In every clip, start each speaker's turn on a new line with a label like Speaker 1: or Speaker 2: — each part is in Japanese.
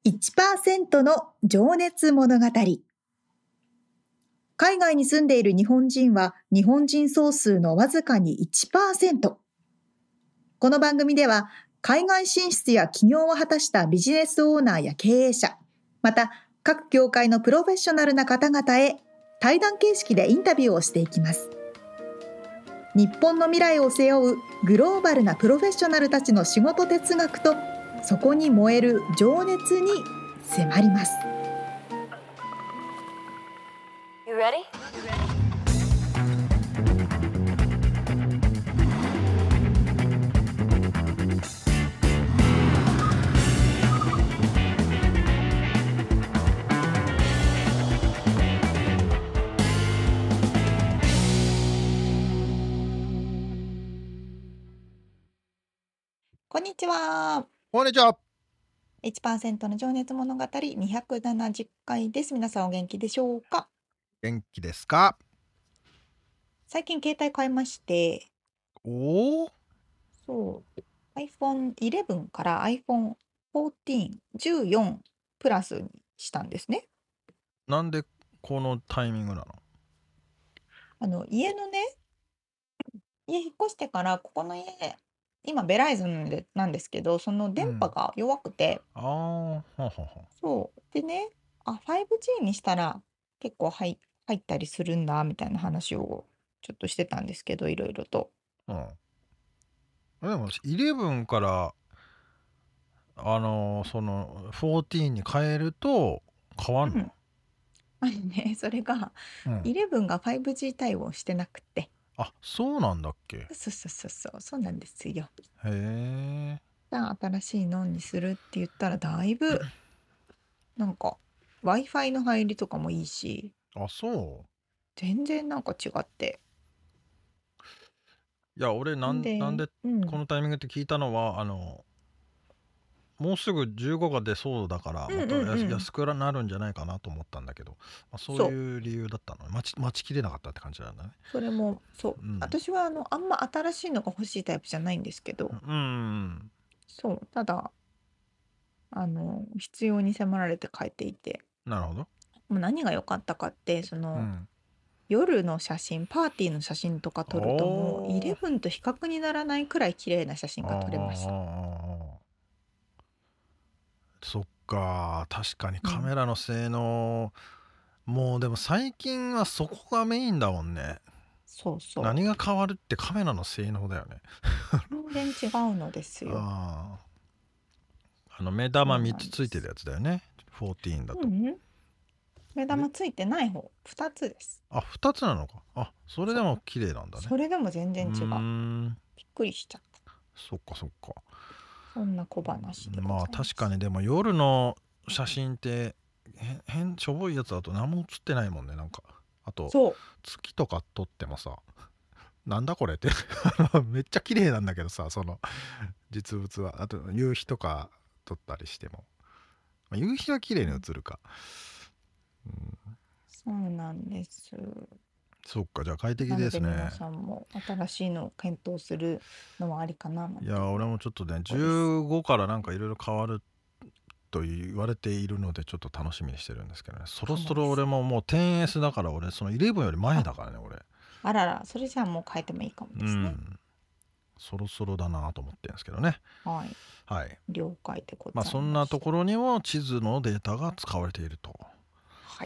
Speaker 1: 1% の情熱物語。海外に住んでいる日本人は日本人総数のわずかに 1%。この番組では海外進出や起業を果たしたビジネスオーナーや経営者、また各業界のプロフェッショナルな方々へ対談形式でインタビューをしていきます。日本の未来を背負うグローバルなプロフェッショナルたちの仕事哲学とそこに燃える情熱に迫ります。
Speaker 2: You ready?
Speaker 1: こんにちは。
Speaker 3: こんにちは。
Speaker 1: 1% の情熱物語270回です。皆さんお元気でしょうか？
Speaker 3: 元気ですか？
Speaker 1: 最近携帯買いまして、
Speaker 3: おお、
Speaker 1: そう、iPhone 11から iPhone 14、14プラスにしたんですね。
Speaker 3: なんでこのタイミングなの？
Speaker 1: 家のね、家引っ越してからここの家、今ベライゾンなんですけど、その電波が弱くて、
Speaker 3: ああ、ははは。
Speaker 1: そう。でね、5G にしたら結構入ったりするんだみたいな話をちょっとしてたんですけど、いろいろと。
Speaker 3: うん。でも11からその14に変えると変わんの？
Speaker 1: それが、
Speaker 3: うん。
Speaker 1: 11が 5G 対応してなくて。
Speaker 3: あ、そうなんだっけ？
Speaker 1: そうなんですよ。
Speaker 3: へえ。
Speaker 1: じゃあ新しいのにするって言ったらだいぶなんか Wi-Fi の入りとかもいいし、
Speaker 3: あ、そう。
Speaker 1: 全然なんか違って。
Speaker 3: いや、俺なんでこのタイミングって聞いたのはもうすぐ15が出そうだからまた安くなるんじゃないかなと思ったんだけど、そういう理由だったのね。待ちきれなかったって感じなんだね。
Speaker 1: それもそう、私はあんま新しいのが欲しいタイプじゃないんですけど、そう、ただ必要に迫られて変えていて、
Speaker 3: なるほど。
Speaker 1: もう何が良かったかって夜の写真、パーティーの写真とか撮るともう11と比較にならないくらい綺麗な写真が撮れました。
Speaker 3: そっか、確かにカメラの性能、もうでも最近はそこがメインだもんね。
Speaker 1: そうそう。
Speaker 3: 何が変わるってカメラの性能だよね。
Speaker 1: 全然違うのですよ。
Speaker 3: 目玉3つついてるやつだよね。14だと。
Speaker 1: 目玉ついてない方、2つです。
Speaker 3: あ、2つなのか。あ、それでも綺麗なんだね。
Speaker 1: それでも全然違う。びっくりしちゃった。
Speaker 3: そっかそっか。
Speaker 1: そんな小話でございます。
Speaker 3: まあ確かにでも夜の写真ってしょぼいやつだと何も写ってないもんね。なんかあと月とか撮ってもさ、なんだこれってめっちゃ綺麗なんだけどさ、その実物は。あと夕日とか撮ったりしても、夕日は綺麗に映るか。
Speaker 1: そうなんです。
Speaker 3: そっか、じゃあ快適ですね。
Speaker 1: 皆さんも新しいのを検討するのはありかな。
Speaker 3: いや、俺もちょっとね、15からなんかいろいろ変わると言われているのでちょっと楽しみにしてるんですけどね。そろそろ俺ももう 10S だから、俺その11より前だからね、俺。
Speaker 1: あらら、それじゃあもう変えてもいいかもですね。
Speaker 3: そろそろだなと思ってるんですけどね。
Speaker 1: はい。了解でございます。
Speaker 3: そんなところにも地図のデータが使われていると。
Speaker 1: はい。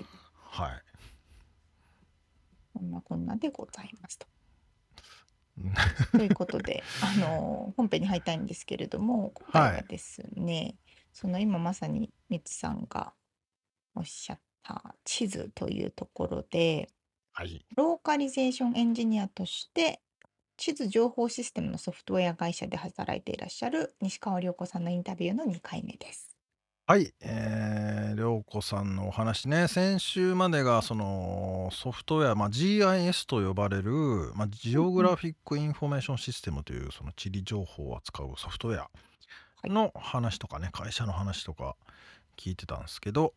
Speaker 1: こんなでございますと。ということで、本編に入りたいんですけれども、今回はですね、その今まさにミツさんがおっしゃった地図というところで、ローカリゼーションエンジニアとして地図情報システムのソフトウェア会社で働いていらっしゃる西川涼子さんのインタビューの2回目です。
Speaker 3: はい、涼子さんのお話ね、先週までがそのソフトウェア、GIS と呼ばれる、ジオグラフィックインフォメーションシステムというその地理情報を扱うソフトウェアの話とかね、会社の話とか聞いてたんですけど、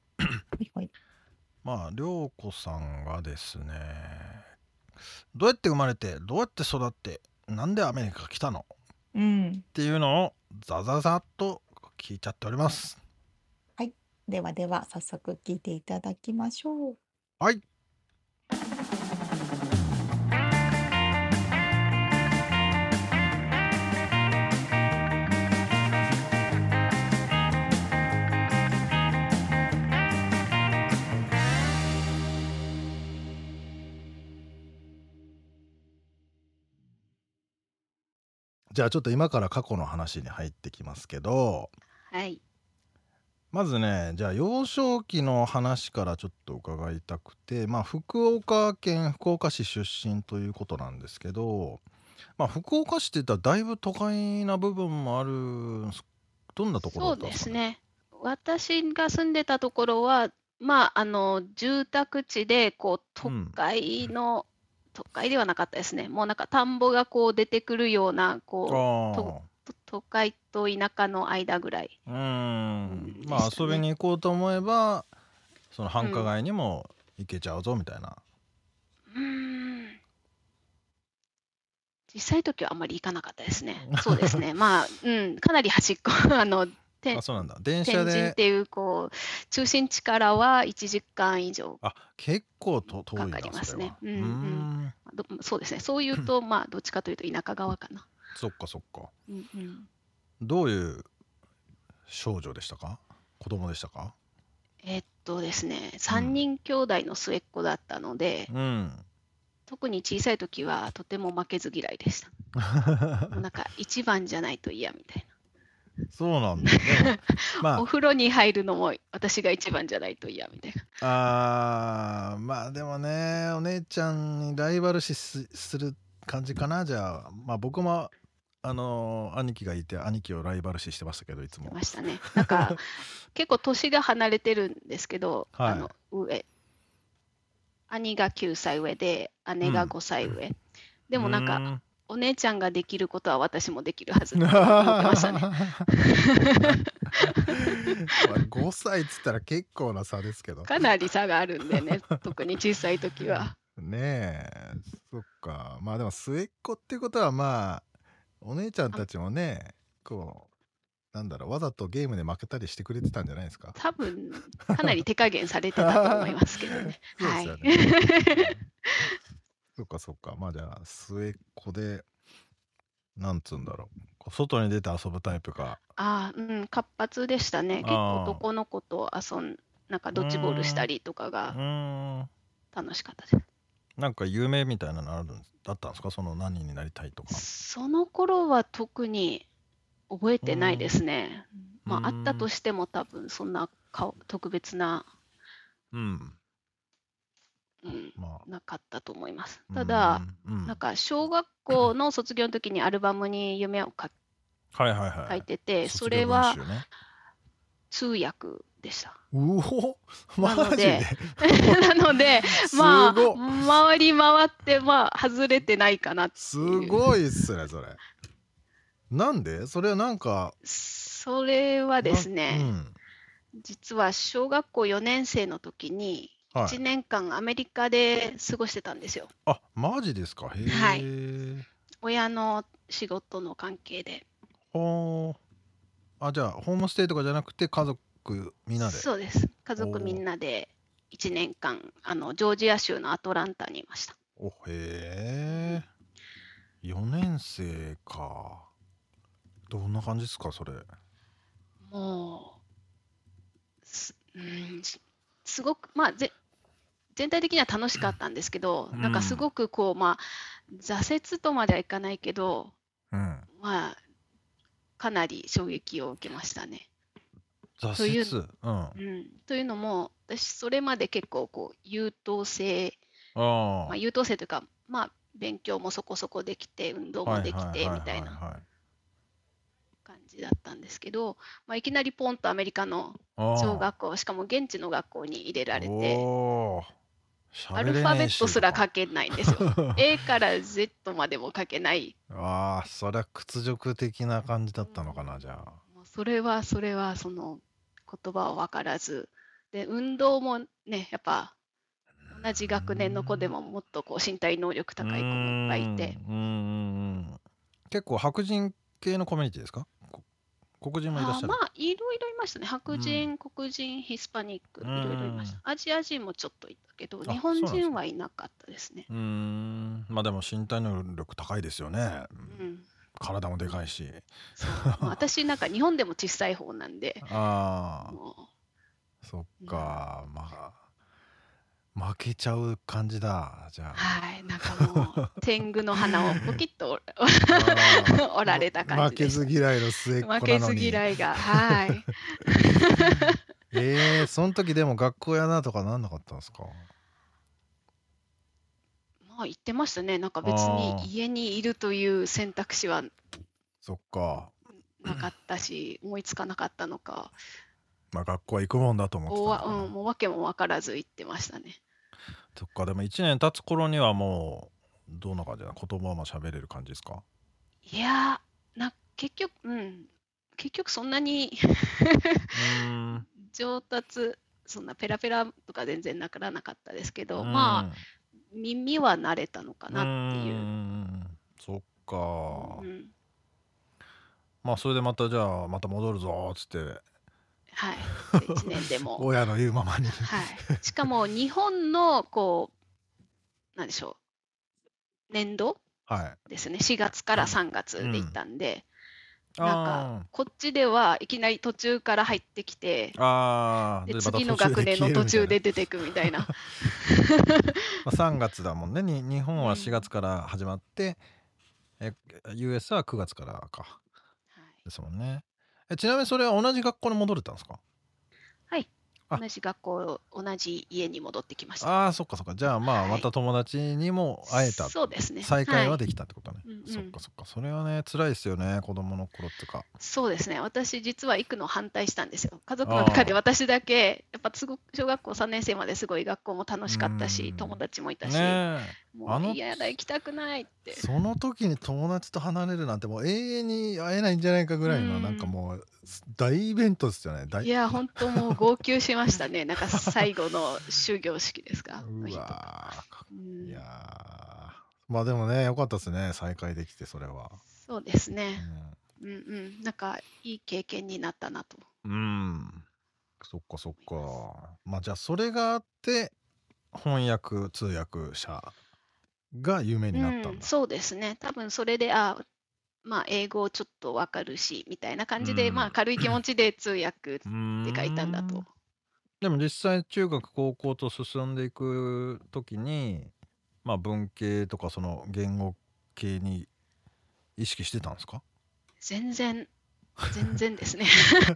Speaker 3: 涼子さんがですね、どうやって生まれてどうやって育ってなんでアメリカ来たの、っていうのをザザザッと聞いちゃっております。
Speaker 1: ではでは早速聞いていただきましょう。
Speaker 3: はい。じゃあちょっと今から過去の話に入ってきますけど、
Speaker 4: はい。
Speaker 3: まずね、じゃあ幼少期の話からちょっと伺いたくて、福岡県福岡市出身ということなんですけど、福岡市って言ったらだいぶ都会な部分もあるんす。どんなところだ
Speaker 4: そう
Speaker 3: ったんでかね。
Speaker 4: ですすね。私が住んでたところは、住宅地で、都会ではなかったですね。もうなんか田んぼが出てくるような、都会と田舎の間ぐらい、でした
Speaker 3: 遊び
Speaker 4: ね。
Speaker 3: に行こうと思えばその
Speaker 4: う
Speaker 3: 繁華
Speaker 4: ん。
Speaker 3: 街にも行けちゃうぞみたいな。
Speaker 4: うーん。小さい時はあんまり行かなかったですね。そうですね。かなり端っこ、
Speaker 3: そうなんだ。電車
Speaker 4: 天神っ
Speaker 3: で。
Speaker 4: ていう、中心地からは1時間以上
Speaker 3: 結構遠
Speaker 4: かか
Speaker 3: いなそれ
Speaker 4: りますね。
Speaker 3: は。
Speaker 4: そうですね。そういうと、どっちかというと田舎側かな。
Speaker 3: そっかそっか。
Speaker 4: うんうん。
Speaker 3: どういう少女でしたか、子供でしたか。
Speaker 4: ですね、3人兄弟の末っ子だったので、特に小さい時はとても負けず嫌いでした。もうなんか一番じゃないと嫌みたい
Speaker 3: そうなんだ。でも
Speaker 4: な。お風呂に入るのも私が一番じゃないと嫌みたいな。
Speaker 3: でもね、お姉ちゃんにライバル視する感じかな。じゃあ僕も兄貴がいて兄貴をライバル視してましたけど、いつも
Speaker 4: ましたね。なんか結構年が離れてるんですけど、兄が9歳上で姉が5歳上、でもなんかお姉ちゃんができることは私もできるはずって思ってましたね。
Speaker 3: 5歳っつったら結構な差ですけど。
Speaker 4: かなり差があるんでね、特に小さい時は。
Speaker 3: ねえ、そっか。でも末っ子ってことはお姉ちゃんたちもね、わざとゲームで負けたりしてくれてたんじゃないですか。
Speaker 4: 多分かなり手加減されてたと思いますけどね。
Speaker 3: そうですよね。そっかそっか。じゃあ末っ子でなんつうんだろう、外に出て遊ぶタイプか。
Speaker 4: 活発でしたね。結構男の子となんかドッジボールしたりとかが楽しかったです。
Speaker 3: なんか夢みたいなのだったんですか、その何になりたいとか。
Speaker 4: その頃は特に覚えてないですね。あったとしても多分そんな特別な、なかったと思います。ただ、なんか小学校の卒業の時にアルバムに夢を書いてて、それは通訳でした。
Speaker 3: マジで
Speaker 4: なので、回り回って外れてないかなっていう。
Speaker 3: すごいっすね、それ。なんで？それはなんか。
Speaker 4: それはですね、実は小学校4年生の時に1年間アメリカで過ごしてたんですよ。
Speaker 3: マジですか。へえ。
Speaker 4: はい。親の仕事の関係で。
Speaker 3: じゃあホームステイとかじゃなくて家族みんなで。
Speaker 4: そうです。家族みんなで1年間ジョージア州のアトランタにいました。
Speaker 3: へえ。4年生か。どんな感じですか、それ。
Speaker 4: もうすごく全体的には楽しかったんですけど、なんかすごく挫折とまではいかないけど、かなり衝撃を受けましたね。
Speaker 3: 挫折。
Speaker 4: というのも、私それまで結構優等生というか、勉強もそこそこできて運動もできてみたいな感じだったんですけど、いきなりポンとアメリカの小学校、しかも現地の学校に入れられて、アルファベットすら書けないんですよ。A から Z までも書けない。
Speaker 3: それは屈辱的な感じだったのかな、じゃあ。
Speaker 4: それはその言葉は分からずで、運動もね、やっぱ同じ学年の子でももっと身体能力高い子もいっぱいいて。
Speaker 3: 結構白人系のコミュニティですか？ 黒人もいらっしゃる。
Speaker 4: まあ、いろいろいましたね。白人、黒人、ヒスパニック、いろいろいました。アジア人もちょっといたけど、日本人はいなかったですね。
Speaker 3: まあでも身体能力高いですよね。体もでかいし。
Speaker 4: 私なんか日本でも小さい方なんで。
Speaker 3: そっか、まあ負けちゃう感じだ、じゃあ。
Speaker 4: はい、なんかもう天狗の花をポキッと折られた感じでした。
Speaker 3: 負けず嫌いの末っ子なのに。
Speaker 4: 負けず嫌いが、はい。
Speaker 3: その時でも学校やなとかなんなかったんですか？
Speaker 4: まあ言ってましたね。なんか別に家にいるという選択肢は
Speaker 3: そっか
Speaker 4: なかったし、思いつかなかったのか。
Speaker 3: まあ学校は行くもんだと思ってたのかな。
Speaker 4: もう訳も分からず行ってましたね。
Speaker 3: そっか、でも1年経つ頃にはもうどんな感じだ、言葉も喋れる感じですか？
Speaker 4: いや結局そんなに上達、そんなペラペラとか全然ならなかったですけど、まあ耳は慣れたのかなっていう。
Speaker 3: そっか、まあそれでまたじゃあまた戻るぞっつって、
Speaker 4: はい、1年でも
Speaker 3: 親の言うままに、
Speaker 4: はい、しかも日本のこうなんでしょう、年度ですね、4月から3月で行ったんで、なんかこっちではいきなり途中から入ってきて、で次の学年の途中で出てくみたいな。
Speaker 3: 3月だもんね。日本は4月から始まって、US は9月からか、ですもんね。ちなみにそれは同じ学校に戻れたんですか？
Speaker 4: はい、同じ学校、同じ家に戻ってきました。
Speaker 3: そっかそっか。じゃあまあまた友達にも会えた、
Speaker 4: そうですね、
Speaker 3: 再会はできたってことね。そっかそっか。それはね辛いですよね、子供の頃ってか。
Speaker 4: そうですね、私実は行くの反対したんですよ。家族の中で私だけやっぱ小学校3年生まですごい学校も楽しかったし、友達もいたし、もう嫌だ、行きたくないって。
Speaker 3: その時に友達と離れるなんてもう永遠に会えないんじゃないかぐらいの、なんかもう大イベントですよね。
Speaker 4: いや本当もう号泣しましたね。なんか最後の終業式ですか。
Speaker 3: いやまあでもね、よかったですね、再会できて。それは
Speaker 4: そうですね、なんかいい経験になったなと。
Speaker 3: そっかそっか。まあじゃあそれがあって翻訳通訳者が有名になったんだ。
Speaker 4: そうですね、多分それでまあ英語ちょっとわかるしみたいな感じで、まあ軽い気持ちで通訳って書いたんだと。
Speaker 3: でも実際中学高校と進んでいくときに、まあ文系とかその言語系に意識してたんですか？
Speaker 4: 全然ですね。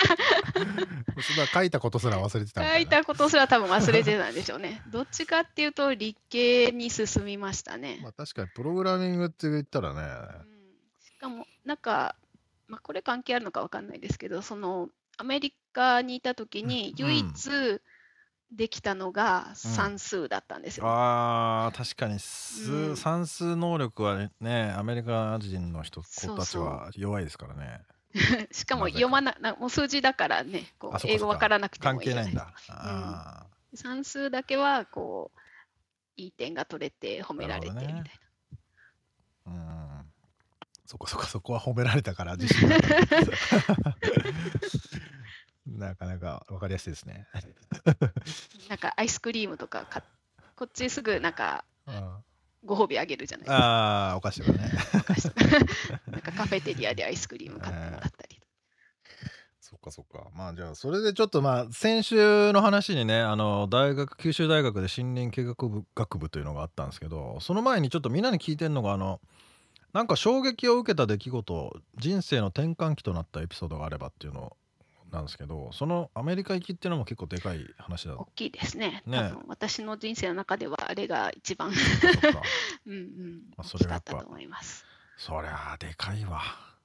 Speaker 3: 書いたことすら忘れてたみたいな。
Speaker 4: 書いたことすら多分忘れてたんでしょうね。どっちかっていうと理系に進みましたね。
Speaker 3: まあ確かにプログラミングって言ったらね。
Speaker 4: しかもなんか、まあ、これ関係あるのかわかんないですけど、そのアメリカにいた時に唯一できたのが算数だったんですよ。
Speaker 3: 確かに算数能力はね、アメリカ人の子たちは弱いですからね。
Speaker 4: しかも読まもう数字だからね、こう英語わからなくてもいいじゃないですか。
Speaker 3: 関係ないんだ。
Speaker 4: 算数だけはこういい点が取れて褒められてみたいな。
Speaker 3: そこは褒められたから自信があったなかなかわかりやすいですね。
Speaker 4: なんかアイスクリームとかこっちすぐなんかご褒美あげるじゃないですか。
Speaker 3: お菓子はね。
Speaker 4: なんかカフェテリアでアイスクリーム買ってもらったり。
Speaker 3: そっか。まあじゃあそれでちょっと先週の話にね、九州大学で森林経学部というのがあったんですけど、その前にちょっとみんなに聞いてるのがなんか衝撃を受けた出来事、人生の転換期となったエピソードがあればっていうのなんですけど、そのアメリカ行きっていうのも結構でかい話だ。
Speaker 4: 大きいですね。多分私の人生の中ではあれが一番大きかったと思います。
Speaker 3: そりゃでかいわ。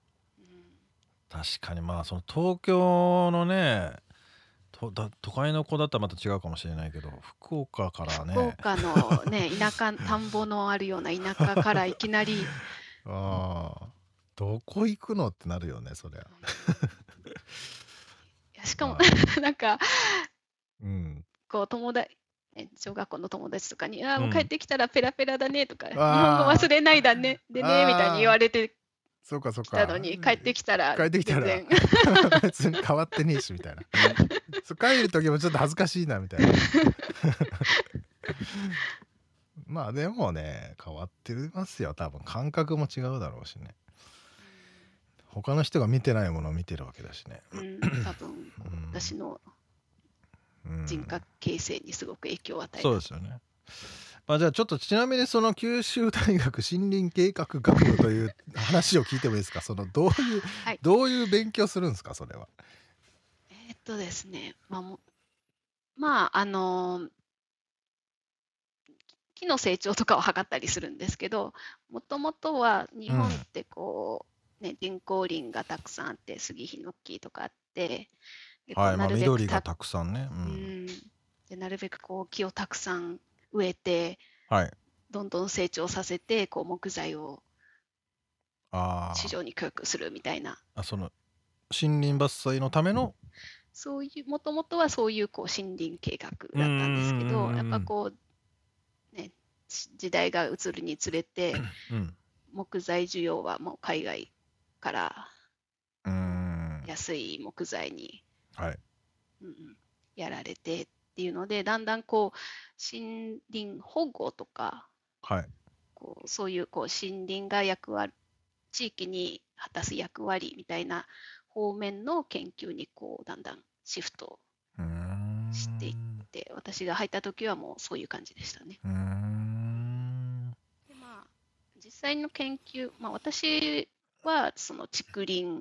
Speaker 3: 確かにその東京のね都会の子だったらまた違うかもしれないけど、福岡からね、
Speaker 4: 福岡のね田舎、田んぼのあるような田舎からいきなり
Speaker 3: どこ行くのってなるよね、そりゃ。
Speaker 4: しかもなんか、こう小学校の友達とかにもう帰ってきたらペラペラだねとか、日本語忘れないだねでねみたいに言われて
Speaker 3: そうかそう
Speaker 4: 来た
Speaker 3: か。
Speaker 4: のに帰ってきたら
Speaker 3: 帰ってきたら
Speaker 4: 全然
Speaker 3: 別に変わってねえしみたいな。そう帰る時もちょっと恥ずかしいなみたいな。まあでもね、変わってますよ。多分感覚も違うだろうしね。他の人が見てないものを見てるわけだしね。
Speaker 4: 多分こう
Speaker 3: うん
Speaker 4: 私の
Speaker 3: うん
Speaker 4: 人格形成にすごく影響を与えた。
Speaker 3: そうですよね。まあじゃあちょっとちなみにその九州大学森林計画学部という話を聞いてもいいですか。そのど
Speaker 4: はい。
Speaker 3: ういう勉強するんですかそれは。
Speaker 4: ですね、まあ、木の成長とかを測ったりするんですけど、もともとは日本ってこう、人工林がたくさんあって、杉ヒノキとかあって、でこ
Speaker 3: はい、まあ
Speaker 4: うなるべく
Speaker 3: 緑がたくさんね。
Speaker 4: でなるべくこう木をたくさん植えて、
Speaker 3: はい。
Speaker 4: どんどん成長させて、こう木材を市
Speaker 3: あ
Speaker 4: 場に供給するみたいな、
Speaker 3: あ、その森林伐採のための。
Speaker 4: そういう、もともとはそういうこう森林計画だったんですけど、やっぱこう、時代が移るにつれて、木材需要はもう海外から安い木材に、
Speaker 3: はい
Speaker 4: やられてっていうので、だんだんこう森林保護とか、
Speaker 3: はい
Speaker 4: こうそういうこう森林が地域に果たす役割みたいな方面の研究にこうだんだんシフトしていって、私が入った時はもうそういう感じでしたね。で実際の研究、私はその竹林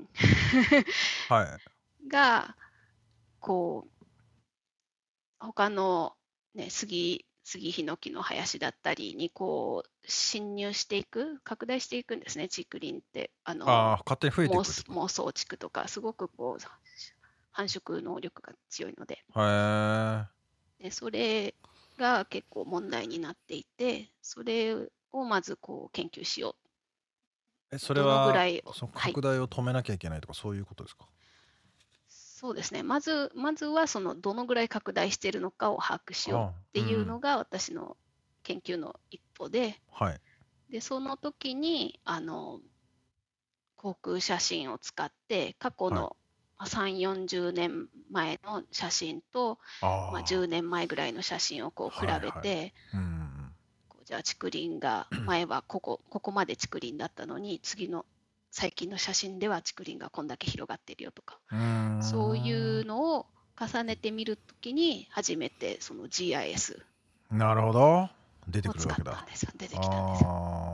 Speaker 4: がこう他の、杉ヒノキの林だったりにこう侵入していく、拡大していくんですね、竹林って。
Speaker 3: 勝手に増えていくってこと。
Speaker 4: 孟宗竹とか、すごくこう繁殖能力が強いので。でそれが結構問題になっていて、それをまずこう研究しよう。
Speaker 3: それはその拡大を止めなきゃいけないとか、そういうことですか。
Speaker 4: そうですね。まずはそのどのぐらい拡大しているのかを把握しようっていうのが私の研究の一歩で、でその時に航空写真を使って過去の3、40年前の写真と、10年前ぐらいの写真をこう比べて、じゃあ竹林が前はここまで竹林だったのに、最近の写真では竹林がこんだけ広がってるよとか、そういうのを重ねてみるときに初めてその GIS
Speaker 3: なるほど出てくるわけだ。
Speaker 4: 出てきたんです。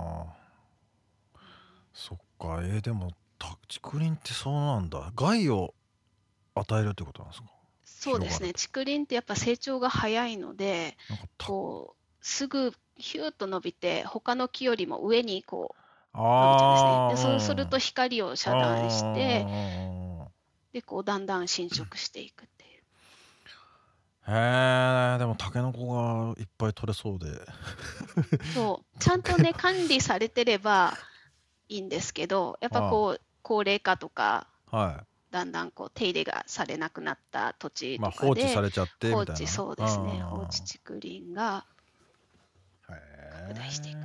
Speaker 3: そっか。でも竹林ってそうなんだ。害を与えるってことなんですか。
Speaker 4: そうですね。竹林ってやっぱ成長が早いので、こうすぐヒューッと伸びて他の木よりも上にこう伸びちゃうんですね。でそうすると光を遮断して、でこうだんだん侵食していくっていう。
Speaker 3: でもタケノコがいっぱい取れそうで
Speaker 4: そうちゃんとね管理されてればいいんですけど、やっぱこう高齢化とか、だんだんこう手入れがされなくなった土地とかで
Speaker 3: 放置されちゃってみたいな。
Speaker 4: そうですね、放置竹林が拡大していく。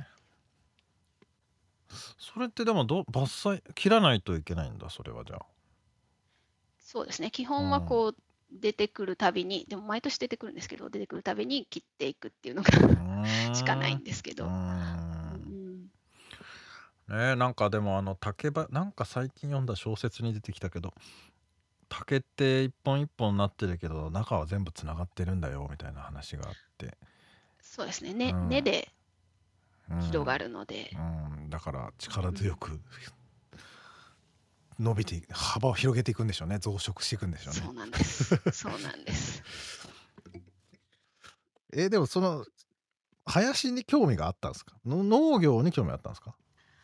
Speaker 3: それってでも伐採切らないといけないんだ。それはじゃあ
Speaker 4: そうですね、基本はこう出てくるたびに、でも毎年出てくるんですけど、出てくるたびに切っていくっていうのがしかないんですけど。
Speaker 3: なんかでもなんか最近読んだ小説に出てきたけど、竹って一本一本なってるけど中は全部つながってるんだよみたいな話があって。
Speaker 4: そうですね、根で広がるので、
Speaker 3: だから力強く伸びて幅を広げていくんでしょうね。増殖していくんでしょうね。
Speaker 4: そうなんですそうなんです
Speaker 3: でもその林に興味があったんですか。農業に興味あったんですか。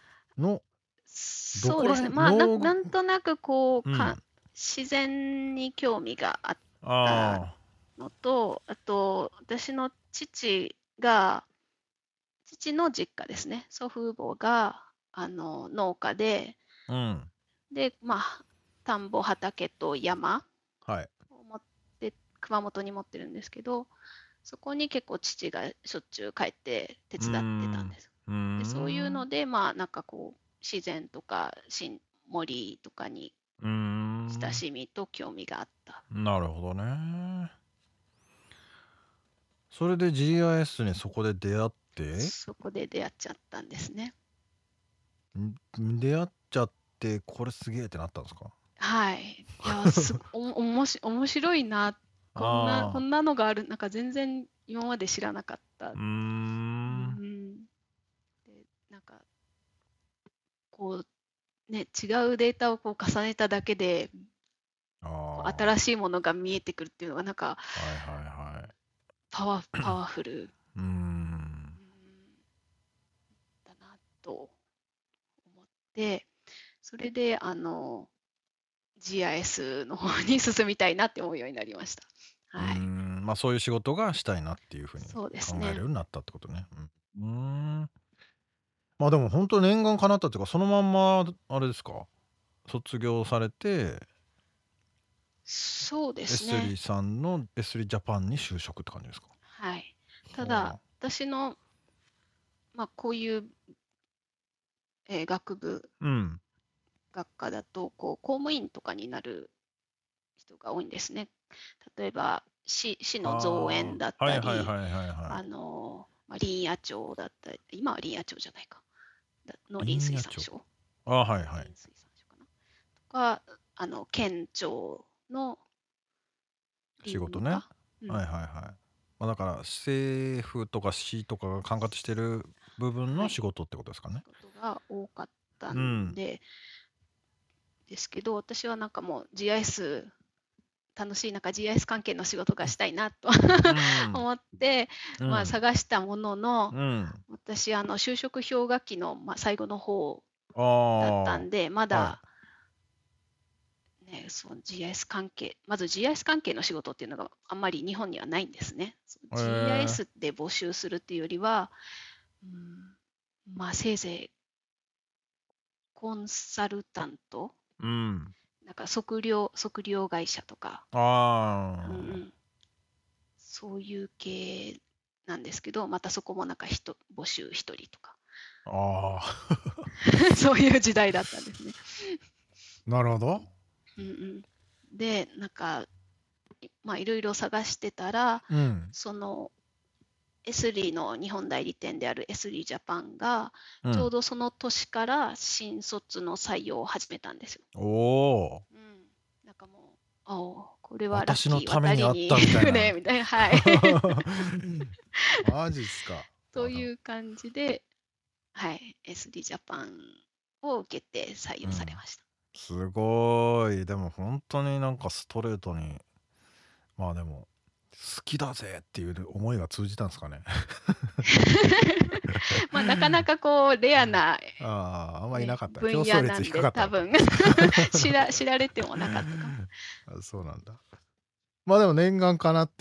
Speaker 4: そうですね、なんとなくこう自然に興味があったのと、あと私の父の実家ですね、祖父母が農家で、で田んぼ畑と山を持って熊本に持ってるんですけど、そこに結構父がしょっちゅう帰って手伝ってたんです。でそういうのでなんかこう自然とか森とかに親しみと興味があった。
Speaker 3: なるほどね。それで GIS にそこで出会って、
Speaker 4: そこで出会っちゃったんですね。
Speaker 3: 出会っちゃってこれすげえってなったんですか？
Speaker 4: はい。いや、面白いな。こんなのがある。なんか全然今まで知らなかった。で、なんかこうね、違うデータをこう重ねただけで新しいものが見えてくるっていうのがなんかパワフルだなと思って、それでGIS の方に進みたいなって思うようになりました。はい。
Speaker 3: まあそういう仕事がしたいなっていうふうに考えるようになったってことね。まあでも本当念願叶ったっていうか、そのまんまあれですか、卒業されて、
Speaker 4: そうですね。
Speaker 3: エスリーさんのエスリージャパンに就職って感じですか？
Speaker 4: はい。ただ私のこういう、学部、学科だとこう公務員とかになる人が多いんですね。例えば市の造園だったり、林野庁だったり、今は林野庁じゃないか、農林水産省。
Speaker 3: 林水
Speaker 4: 産省かな。とか、県庁の
Speaker 3: 仕事ね。だから政府とか市とかが管轄してる部分の仕事ってことですかね。
Speaker 4: 仕事が多かったんで、ですけど、私はなんかもう GIS 楽しいGIS 関係の仕事がしたいなと思って、探したものの、私就職氷河期の、最後の方だったんで、まだ、その GIS 関係、まず GIS 関係の仕事っていうのがあんまり日本にはないんですね。GIS で募集するっていうよりは、せいぜいコンサルタント、なんか測量会社とか、そういう系なんですけど、またそこもなんか募集1人とかそういう時代だったんですね。
Speaker 3: なるほど。
Speaker 4: で、なんかいろいろ探してたら、そのエスリーの日本代理店であるエスリージャパンが、ちょうどその年から新卒の採用を始めたんですよ。なんかもう、これはラッキー、
Speaker 3: 私のためにあったみたいな。
Speaker 4: みたいな、はい。
Speaker 3: マジっすか。
Speaker 4: という感じで、はい、エスリージャパンを受けて採用されました。
Speaker 3: すごい。でも本当になんかストレートに、まあでも好きだぜっていう思いが通じたんですかね。
Speaker 4: なかなかこうレアな
Speaker 3: あんまりいなかった。
Speaker 4: 分野なんで多分知られてもなかったかも。
Speaker 3: そうなんだ。まあでも念願かなって、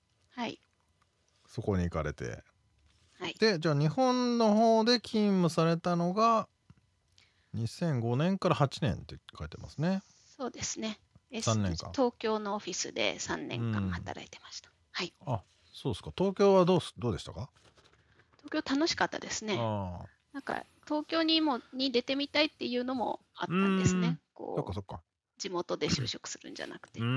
Speaker 3: そこに行かれて、でじゃあ日本の方で勤務されたのが2005年から8年って書いてますね。
Speaker 4: そうですね。
Speaker 3: 3年間。
Speaker 4: 東京のオフィスで3年間働いてました。
Speaker 3: あ、そうですか。東京はどうでしたか？
Speaker 4: 東京楽しかったですね。なんか東京に出てみたいっていうのもあったんですね。
Speaker 3: そっか。
Speaker 4: 地元で就職するんじゃなくて。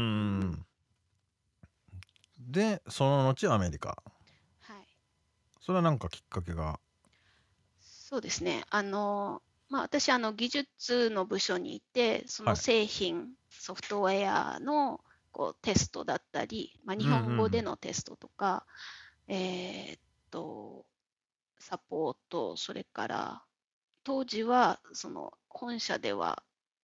Speaker 3: で、その後アメリカ。それはなんかきっかけが？
Speaker 4: そうですね。私技術の部署にいて、その製品、ソフトウェアのテストだったり、日本語でのテストとか、サポート、それから当時はその本社では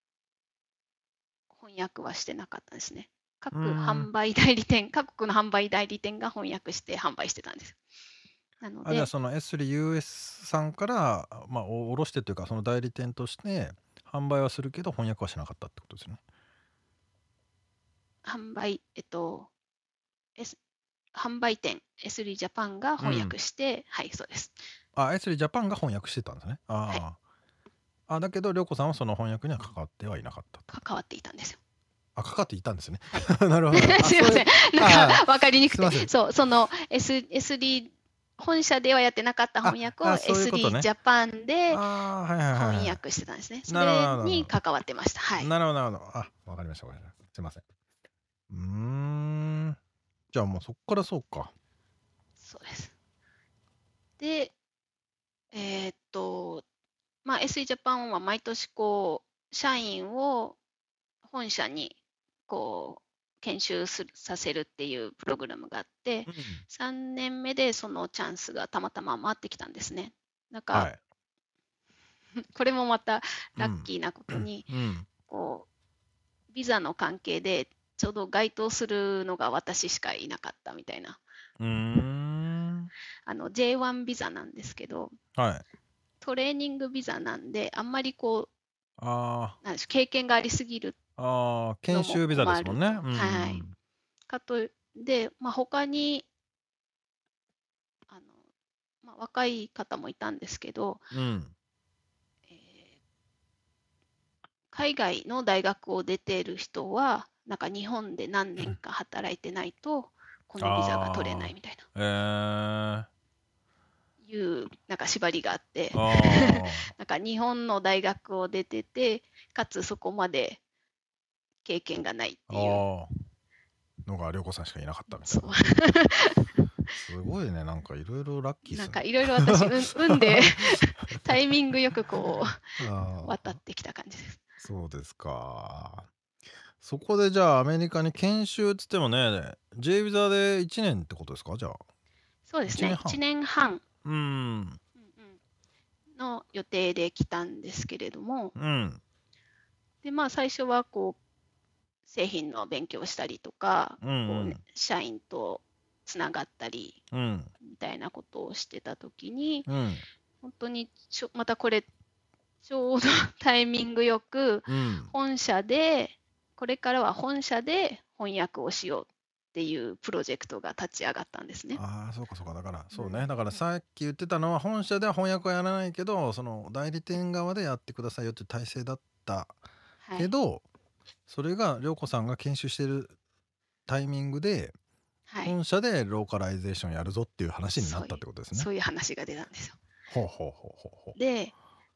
Speaker 4: 翻訳はしてなかったですね。各国の販売代理店が翻訳して販売してたんです。なので
Speaker 3: じゃあその S3US さんから、卸してというかその代理店として販売はするけど翻訳はしなかったってことですね。
Speaker 4: 販売店 S3 ジャパンが翻訳して、そうです。
Speaker 3: S3 ジャパンが翻訳してたんですね。だけど涼子さんはその翻訳には関わってはいなかった。
Speaker 4: 関わっていたんですよ。
Speaker 3: 関わっていたんですね。なるほど。
Speaker 4: すいません。なんか分かりにくくて。その SD 本社ではやってなかった翻訳を S3 ジャパンで翻訳してたんですね。それに関わってました。はい。
Speaker 3: なるほど、なるほど。わかりました、わかりました。すいません。じゃあもうそこからそうか。
Speaker 4: そうです。で、SE ジャパンは毎年社員を本社に研修させるっていうプログラムがあって、3年目でそのチャンスがたまたま回ってきたんですね。なんか、これもまたラッキーなことに、ビザの関係でちょうど該当するのが私しかいなかったみたいな。J1 ビザなんですけど、トレーニングビザなんで、あんまりなんでしょう、経験がありすぎる
Speaker 3: 研修ビザですもんね。
Speaker 4: はい。で、他に若い方もいたんですけど、海外の大学を出ている人は、なんか日本で何年か働いてないと、このビザが取れないみたいな。いうなんか縛りがあって、なんか日本の大学を出てて、かつそこまで経験がないっていう
Speaker 3: のが涼子さんしかいなかったみたいな。すごいね、なんかいろいろラッキー
Speaker 4: なんかいろいろ私運でタイミングよく渡ってきた感じです。
Speaker 3: そうですか。そこでじゃあアメリカに研修っつってもね、J ビザで1年ってことですか？じゃあ。
Speaker 4: そうですね、1年半の予定で来たんですけれども、で最初は製品の勉強したりとか、社員とつながったりみたいなことをしてた時に、本当にまたこれちょうどタイミングよく本社で、これからは本社で翻訳をしようっていうプロジェクトが立ち上がったんですね。
Speaker 3: そうかそうか。だからそうね、だからさっき言ってたのは本社では翻訳はやらないけど、その代理店側でやってくださいよっていう体制だったけど、それが涼子さんが研修してるタイミングで、本社でローカライゼーションやるぞっていう話になったってことですね。
Speaker 4: そういう話が出たんですよ。で、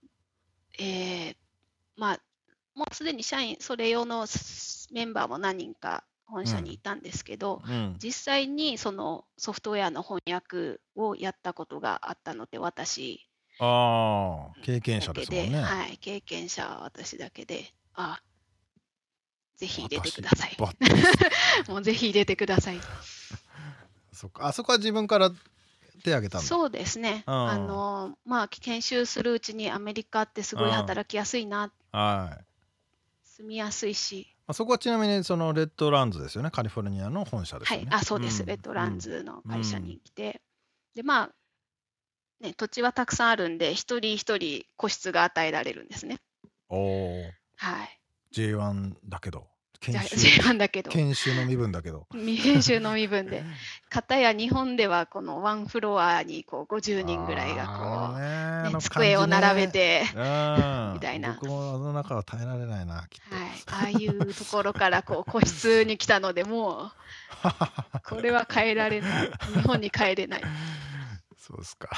Speaker 4: もうすでに社員、それ用のメンバーも何人か本社にいたんですけど、実際にそのソフトウェアの翻訳をやったことがあったので、私
Speaker 3: 経験者ですもんね。
Speaker 4: はい、経験者は私だけで、ぜひ入れてください。もうぜひ入れてください。
Speaker 3: そっか。あそこは自分から手挙げたんだ。
Speaker 4: そうですね。研修するうちにアメリカってすごい働きやすいな。住みやすいし。
Speaker 3: そこはちなみにそのレッドランズですよね。カリフォルニアの本社ですよね。
Speaker 4: はい、そうです。レッドランズの会社に来て、で土地はたくさんあるんで、一人一人個室が与えられるんですね。はい。
Speaker 3: J1 だけど。
Speaker 4: J1 だけど。
Speaker 3: 研修の身分だけど。
Speaker 4: 研修の身分で。片や日本ではこのワンフロアに50人ぐらいが机を並べてみたいな。
Speaker 3: 僕もあの中は耐えられないな、きっと。
Speaker 4: はい。ああいうところから個室に来たので、もうこれは変えられない。日本に帰れない。
Speaker 3: そうですか。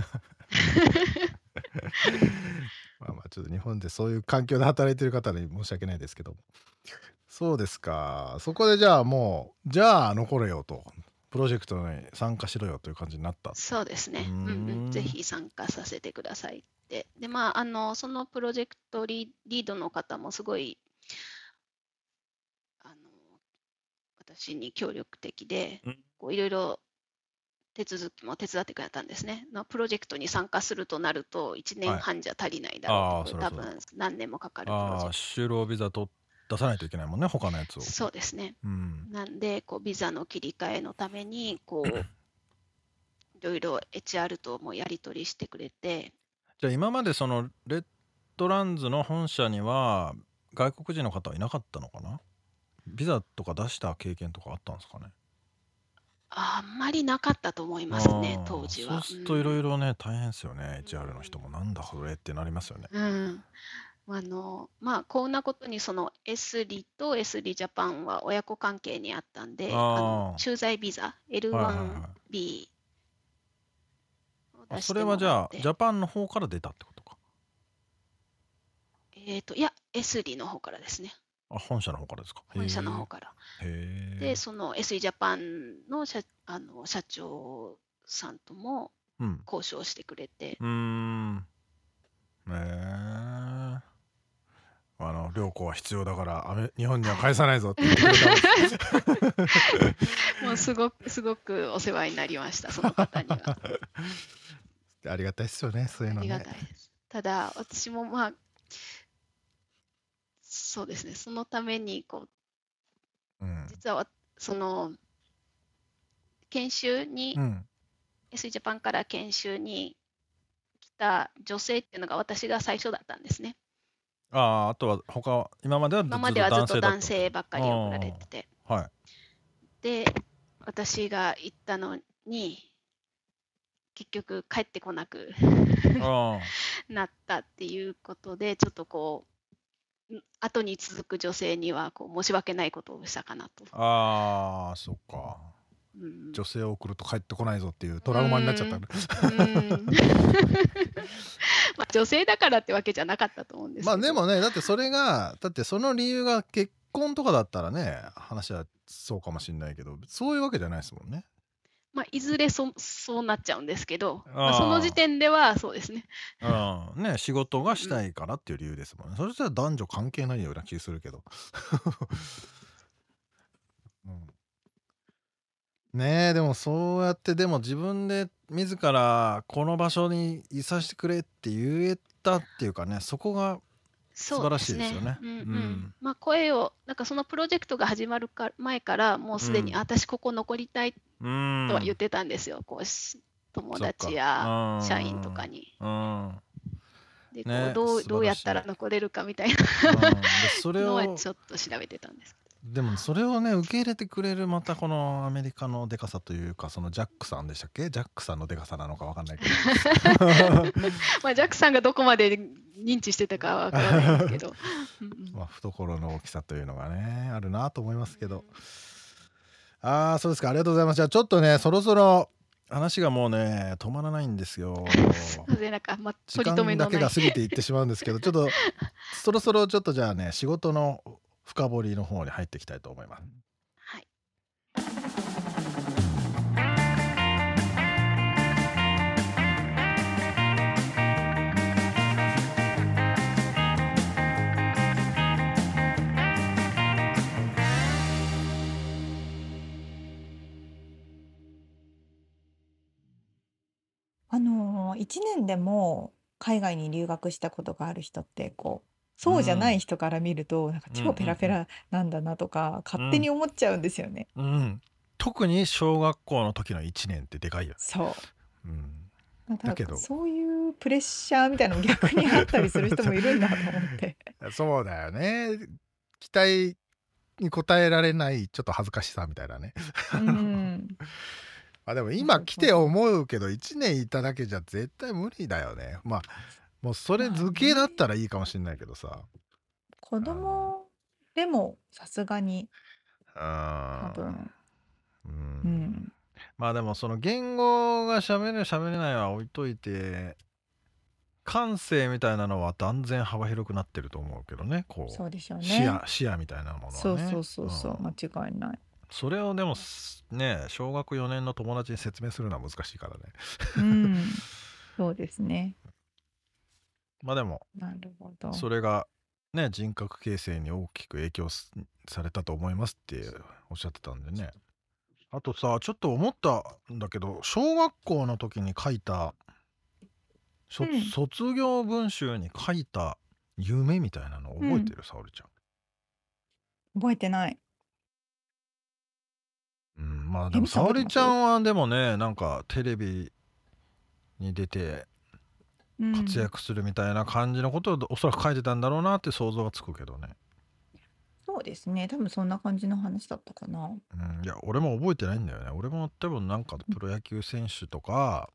Speaker 3: ちょっと日本でそういう環境で働いてる方に申し訳ないですけど。そうですか。そこでじゃあ残れよと、プロジェクトに参加しろよという感じになった。
Speaker 4: そうですね。ぜひ参加させてくださいって。で、そのプロジェクトリードの方もすごい私に協力的で、いろいろ手続きも手伝ってくれたんですね。プロジェクトに参加するとなると1年半じゃ足りないだろうと、多分何年もかかるプロジェクト。
Speaker 3: 就労ビザ出さないといけないもんね、他のやつを。
Speaker 4: そうですね。なんでビザの切り替えのためにいろいろ HR ともやり取りしてくれて。
Speaker 3: じゃあ今までそのレッドランズの本社には外国人の方はいなかったのかな？ビザとか出した経験とかあったんですかね？
Speaker 4: あんまりなかったと思いますね、当時は。
Speaker 3: そうするといろいろね、大変ですよね。HR の人もなんだそれってなりますよね。
Speaker 4: こんなことにその S リと S リジャパンは親子関係にあったんで、駐在ビザ L1B 出
Speaker 3: そ
Speaker 4: してもら
Speaker 3: れはじゃあ
Speaker 4: って、
Speaker 3: ジャパンの方から出たってことか。
Speaker 4: いや、エスリの方からですね。
Speaker 3: 本社の方からですか。
Speaker 4: 本社の方から。で、
Speaker 3: へえ。
Speaker 4: その SE ジャパンの社長さんとも交渉してくれて、
Speaker 3: 良子は必要だから日本には返さないぞって言ってくれたんです。
Speaker 4: もうすごくお世話になりました、その方には。
Speaker 3: ありがたいですよね、そういうのね。
Speaker 4: ありがたいです。ただ、私もそうですね、そのために実はその研修に、SE ジャパンから研修に来た女性っていうのが私が最初だったんですね。
Speaker 3: あとは今までは
Speaker 4: ずっと男性ばっかり送られてて。で、私が行ったのに、結局帰ってこなくなったっていうことで、ちょっと後に続く女性には申し訳ないことをしたかなと。
Speaker 3: そっか。女性を送ると帰ってこないぞっていうトラウマになっちゃったんだ。
Speaker 4: 女性だからってわけじゃなかったと思うんですけど。
Speaker 3: でもね、だってその理由が結婚とかだったらね、話はそうかもしれないけど、そういうわけじゃないですもんね。
Speaker 4: いずれそうなっちゃうんですけど、その時点ではそうですね。
Speaker 3: 仕事がしたいからっていう理由ですもんね。それじゃ男女関係ないような気するけど。ねえ、でもそうやって自分で自らこの場所にいさせてくれって言えたっていうかね、そこが素晴らしいですよね。
Speaker 4: 声をそのプロジェクトが始まる前からもうすでに私ここ残りたいとは言ってたんですよ。友達や社員とかに。でどうやったら残れるかみたいなのはちょっと調べてたんです。
Speaker 3: でもそれをね受け入れてくれるまたこのアメリカのでかさというか、そのジャックさんでしたっけ、ジャックさんのでかさなのか分かんないけど
Speaker 4: ジャックさんがどこまで認知してたかは分からないですけど
Speaker 3: 懐の大きさというのがねあるなと思いますけど、そうですか、ありがとうございます。じゃあちょっとねそろそろ話がもうね止まらないんですよ。時間だけが過ぎていってしまうんですけど、ちょっとそろそろちょっとじゃあね仕事の深掘りの方に入っていきたいと思います。
Speaker 4: はい。
Speaker 1: 1年でも海外に留学したことがある人ってそうじゃない人から見ると超ペラペラなんだなとか勝手に思っちゃうんですよね。
Speaker 3: 特に小学校の時の1年ってでかいよね。
Speaker 1: そう、だけどそういうプレッシャーみたいなのも逆にあったりする人もいるんだと思って
Speaker 3: そうだよね、期待に応えられないちょっと恥ずかしさみたいなねでも今来て思うけど1年いただけじゃ絶対無理だよね。もうそれ図形だったらいいかもしれないけどさ、
Speaker 1: 子供でもさすがに多分
Speaker 3: でもその言語が喋れないは置いといて、感性みたいなのは断然幅広くなってると思うけどね。
Speaker 1: そうでしょうね、
Speaker 3: 視野みたいなものはね。
Speaker 1: そう間違いない。
Speaker 3: それをでもね小学4年の友達に説明するのは難しいからね
Speaker 1: そうですね。
Speaker 3: でも
Speaker 1: なるほど、
Speaker 3: それがね人格形成に大きく影響されたと思いますっておっしゃってたんでね。あとさちょっと思ったんだけど、小学校の時に書いた卒業文集に書いた夢みたいなの覚えてる、沙織ちゃん。
Speaker 1: 覚えてない。
Speaker 3: でも沙織ちゃんはでもねなんかテレビに出て活躍するみたいな感じのことをおそらく書いてたんだろうなって想像がつくけどね。
Speaker 1: そうですね、多分そんな感じの話だったかな。
Speaker 3: いや俺も覚えてないんだよね。俺も多分なんかプロ野球選手とか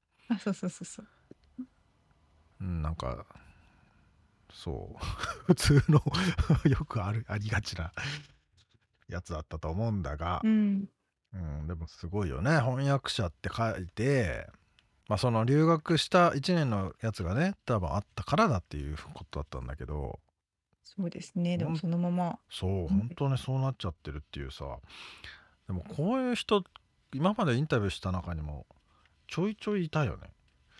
Speaker 3: なんかそう普通のよくありがちなやつだったと思うんだが、でもすごいよね。翻訳者って書いてその留学した1年のやつがね多分あったからだっていうことだったんだけど、
Speaker 1: そうですね。でもそのまま。
Speaker 3: そう本当にそうなっちゃってるっていうさ。でもこういう人今までインタビューした中にもちょいちょいいたよね。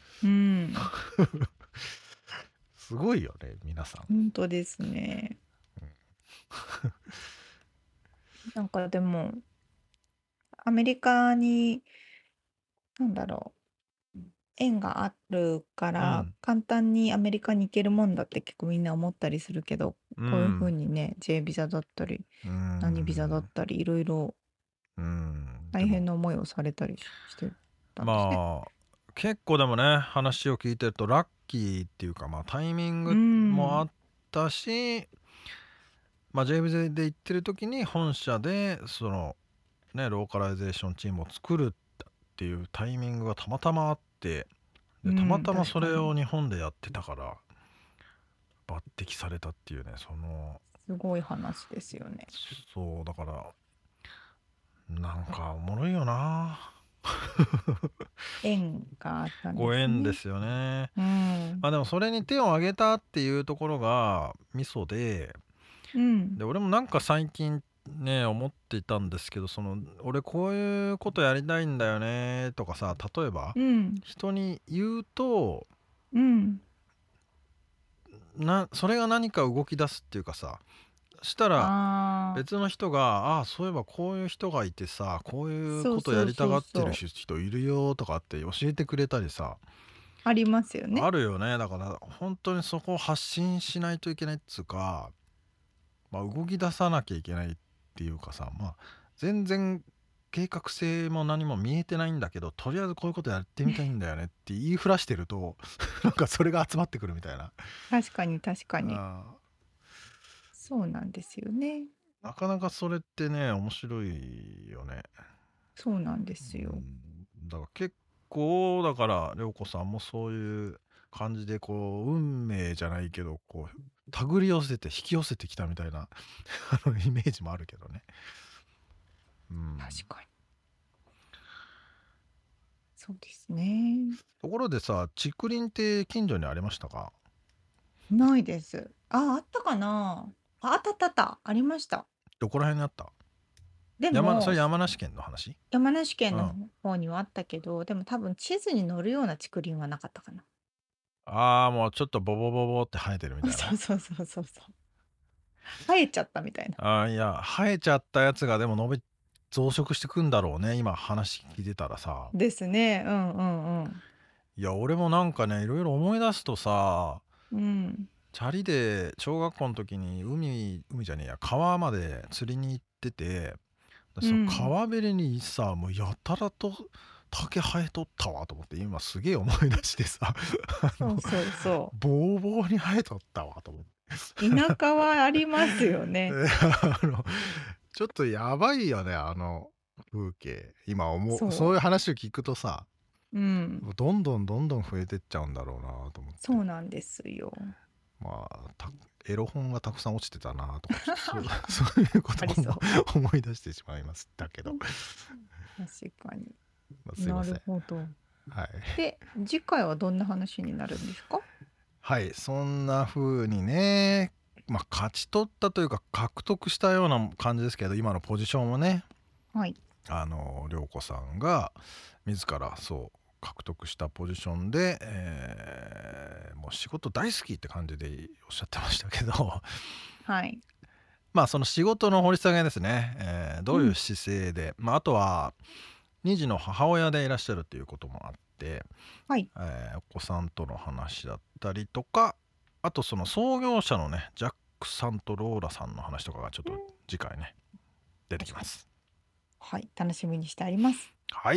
Speaker 3: すごいよね皆さん。
Speaker 1: 本当ですね。なんかでもアメリカになんだろう縁があるから簡単にアメリカに行けるもんだって結構みんな思ったりするけど、こういう風にね J ビザだったり何ビザだったりいろいろ大変な思いをされたりしてたんですね。
Speaker 3: 結構でもね話を聞いてるとラッキーっていうかタイミングもあったし、J ビザで行ってる時に本社でそのねローカライゼーションチームを作るっていうタイミングがたまたまあって、でたまたまそれを日本でやってたから抜擢されたっていうね、その
Speaker 1: すごい話ですよね。
Speaker 3: そうだからなんかおもろいよな
Speaker 1: 縁があったんですね。
Speaker 3: ご縁ですよね。でもそれに手を挙げたっていうところがミソで、で俺もなんか最近ね思っていたんですけど、その俺こういうことやりたいんだよねとかさ、例えば、人に言うと、それが何か動き出すっていうかさ、したら別の人がそういえばこういう人がいてさ、こういうことやりたがってる人いるよとかって教えてくれたりさ、
Speaker 1: ありますよね。
Speaker 3: あるよね。だから本当にそこを発信しないといけないっつうか、動き出さなきゃいけないっていうかさ、全然計画性も何も見えてないんだけど、とりあえずこういうことやってみたいんだよねって言いふらしてるとなんかそれが集まってくるみたいな。
Speaker 1: 確かに確かに。そうなんですよね。
Speaker 3: なかなかそれってね面白いよね。そう
Speaker 1: なんですよ。
Speaker 3: だから結構だから涼子さんもそういう感じでこう運命じゃないけどこう手繰り寄せて引き寄せてきたみたいなイメージもあるけどね。
Speaker 1: 確かにそうですね。
Speaker 3: ところでさ、竹林って近所にありましたか？
Speaker 1: ないです。あったかな。あったありました。
Speaker 3: どこら辺にあった？
Speaker 1: でも
Speaker 3: それ山梨県の話？
Speaker 1: 山梨県の方にはあったけど、でも多分地図に載るような竹林はなかったかな。
Speaker 3: もうちょっとボボボボって生えてるみたいな。
Speaker 1: そう生えちゃったみたいな。
Speaker 3: いや生えちゃったやつがでも増殖してくんだろうね、今話聞いてたらさ。
Speaker 1: ですね。
Speaker 3: いや俺もなんかねいろいろ思い出すとさ、チャリで小学校の時に海じゃねえや川まで釣りに行ってて、その川べりにさもうやたらと竹生えとったわと思って今すげえ思い出してさ
Speaker 1: そう
Speaker 3: ボーボーに生えとったわと思って。
Speaker 1: 田舎はありますよね。
Speaker 3: ちょっとやばいよねあの風景。今そういう話を聞くとさ、どんどん増えてっちゃうんだろうなと思って。
Speaker 1: そうなんですよ。
Speaker 3: エロ本がたくさん落ちてたなとかそういうことも思い出してしまいましたけど。
Speaker 1: 確かに。
Speaker 3: すいません。
Speaker 1: なるほど。
Speaker 3: はい。
Speaker 1: で次回はどんな話になるんですか？
Speaker 3: はい、そんな風にね、勝ち取ったというか獲得したような感じですけど、今のポジションをね、涼子さんが自らそう獲得したポジションで、もう仕事大好きって感じでおっしゃってましたけど、その仕事の掘り下げですね、どういう姿勢で、あとは2児の母親でいらっしゃるということもあって、お子さんとの話だったりとか、あとその創業者のねジャックさんとローラさんの話とかがちょっと次回ね出てきます。
Speaker 1: はい、楽しみにしてあります。
Speaker 3: はい。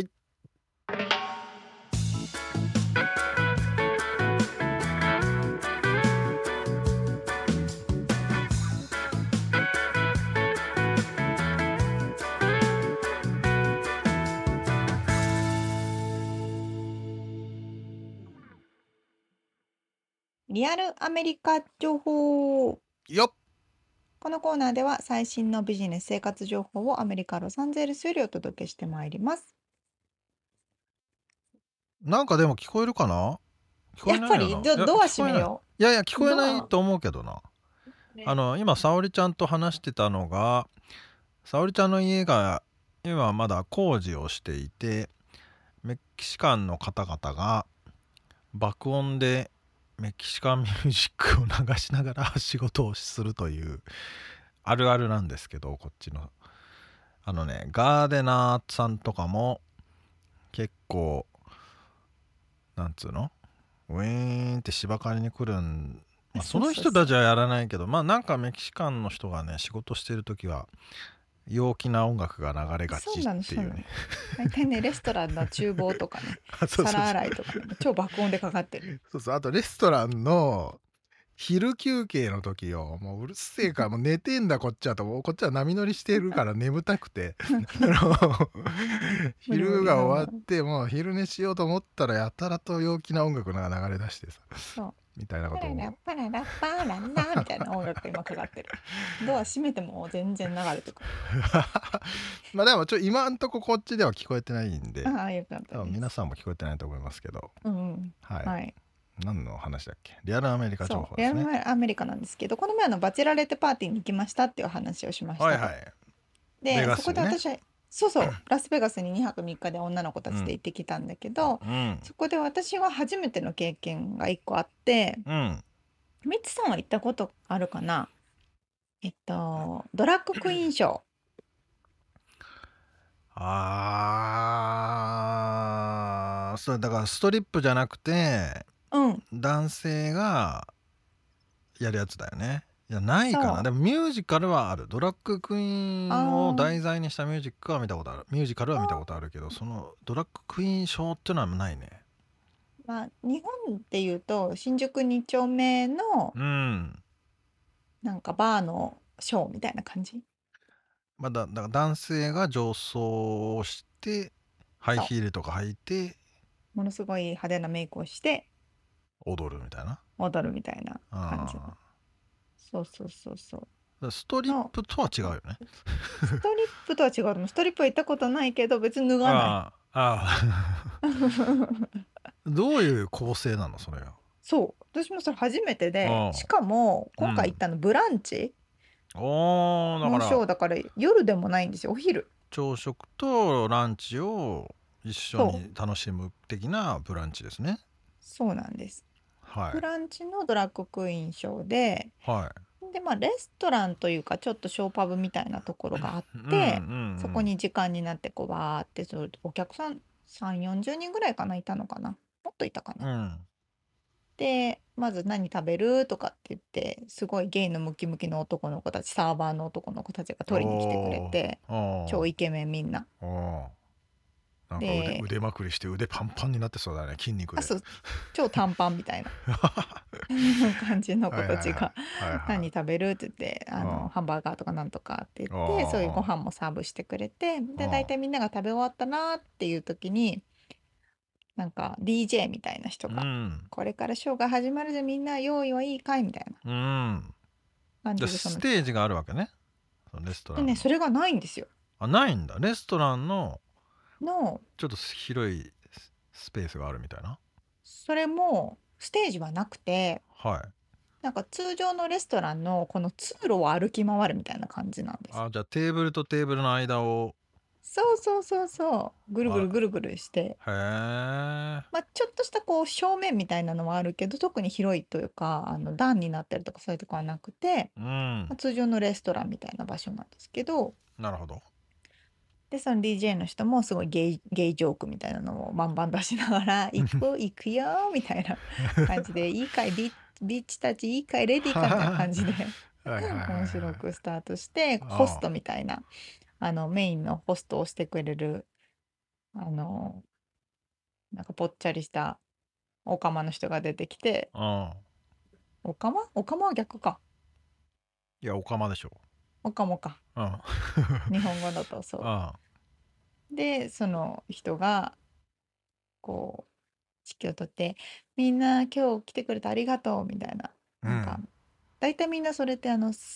Speaker 1: リアルアメリカ情報
Speaker 3: よっ。
Speaker 1: このコーナーでは最新のビジネス生活情報をアメリカ・ロサンゼルスよりお届けしてまいります。
Speaker 3: なんかでも聞こえるかな？聞こ
Speaker 1: やっぱ
Speaker 3: えないよな。
Speaker 1: りドア閉めよ
Speaker 3: いやいや、聞こえない
Speaker 1: ドア
Speaker 3: と思うけどな。
Speaker 1: ね。
Speaker 3: 今、沙織ちゃんと話してたのが、沙織ちゃんの家が今まだ工事をしていて、メキシカンの方々が爆音でメキシカンミュージックを流しながら仕事をするというあるあるなんですけど、こっちのガーデナーさんとかも結構なんつうの、ウィーンって芝刈りに来るん、まあ、その人たちはやらないけど、まあなんかメキシカンの人がね仕事してる時は陽気な音楽が流れがちっていうね。
Speaker 1: 大体ね、レストランの厨房とかね、
Speaker 3: そうそうそう
Speaker 1: 皿洗いとかね、超爆音でかかってる。
Speaker 3: そうそう、あとレストランの昼休憩の時よ、もううるせえからもう寝てんだこっちはと、こっちは波乗りしてるから眠たくて昼が終わってもう昼寝しようと思ったらやたらと陽気な音楽が流れ出してさ、
Speaker 1: そう。
Speaker 3: みたいなことを。
Speaker 1: パララパラララみたいな音楽が今かかってる。ドア閉めても全然流れてくる。
Speaker 3: まあでも今んとここっちでは聞こえてないんで、
Speaker 1: ああ、よかった
Speaker 3: 多分
Speaker 1: です。
Speaker 3: 皆さんも聞こえてないと思いますけど、
Speaker 1: うん。
Speaker 3: はい、
Speaker 1: はい。
Speaker 3: 何の話だっけ？リアルアメリカ情報
Speaker 1: レア
Speaker 3: ですね。
Speaker 1: ルアメリカなんですけど、この前バチェラレッテパーティーに行きましたっていう話をしましたと。
Speaker 3: はいはい。ベ
Speaker 1: で、
Speaker 3: ガスにね。
Speaker 1: そこで私、ラスベガスに2泊3日で女の子たちで行ってきたんだけど、そこで私は初めての経験が1個あって、ミツさんは行ったことあるかな？ドラッグクイーンショー。
Speaker 3: そうだからストリップじゃなくて、男性がやるやつだよね。いやないかな。でもミュージカルはある。ドラッグクイーンを題材にしたミュージックは見たことある。ミュージカルは見たことあるけど、そのドラッグクイーンショーっていうのはないね。
Speaker 1: まあ、日本っていうと新宿2丁目のなんかバーのショーみたいな感じ。
Speaker 3: だから男性が女装をしてハイヒールとか履いて
Speaker 1: ものすごい派手なメイクをして
Speaker 3: 踊るみたいな。
Speaker 1: 踊るみたいな感じの。そうそうそうそう。
Speaker 3: ストリップとは違うよね。
Speaker 1: ストリップとは違う。ストリップは行ったことないけど別に脱がない。
Speaker 3: どういう構成なのそれは。
Speaker 1: そう、私もそれ初めてで、しかも今回行ったのブランチ
Speaker 3: だ
Speaker 1: のショーだから夜でもないんですよ、お昼。
Speaker 3: 朝食とランチを一緒に楽しむ的なブランチですね。
Speaker 1: そうなんです。
Speaker 3: はい。
Speaker 1: ブランチのドラッグクイーンショーで、でまあレストランというかちょっとショーパブみたいなところがあってそこに時間になってこうわーってお客さん3、40人ぐらいかないたのかな、もっといたかな。でまず何食べるとかって言ってすごいゲイのムキムキの男の子たち、サーバーの男の子たちが取りに来てくれて、超イケメンみんな。
Speaker 3: なんか腕まくりして腕パンパンになってそうだね、筋肉で。
Speaker 1: そう、超短パンみたいな感じの子たちが何食べるって言ってハンバーガーとかなんとかって言ってそういうご飯もサーブしてくれて、で大体みんなが食べ終わったなっていう時になんか DJ みたいな人が、これからショーが始まるぜみんな用意はいいかいみたいな感じで、
Speaker 3: ステージがあるわけね、そのレストランの。
Speaker 1: それがないんですよ。
Speaker 3: ないんだ。レストランのちょっと広いスペースがあるみたいな。
Speaker 1: それもステージはなくて、なんか通常のレストランのこの通路を歩き回るみたいな感じなんです。
Speaker 3: じゃあテーブルとテーブルの間を
Speaker 1: そうぐるぐるぐるぐるして、
Speaker 3: ま
Speaker 1: あちょっとしたこう正面みたいなのはあるけど特に広いというか段になってるとかそういうとこはなくて、通常のレストランみたいな場所なんですけど。
Speaker 3: なるほど。
Speaker 1: でその DJ の人もすごいゲイジョークみたいなのをバンバン出しながら「行くよ」みたいな感じで「いいかいビッチたちいいかいレディーか」みたいな感じで面白くスタートして、ホストみたいなメインのホストをしてくれるなんかぽっちゃりしたオカマの人が出てきて、オカマは逆か。
Speaker 3: いやオカマでしょ。
Speaker 1: オカマか。日本語だとそう。でその人がこう指揮を取って「みんな今日来てくれてありがとう」みたいな、なんか大体みんなそれって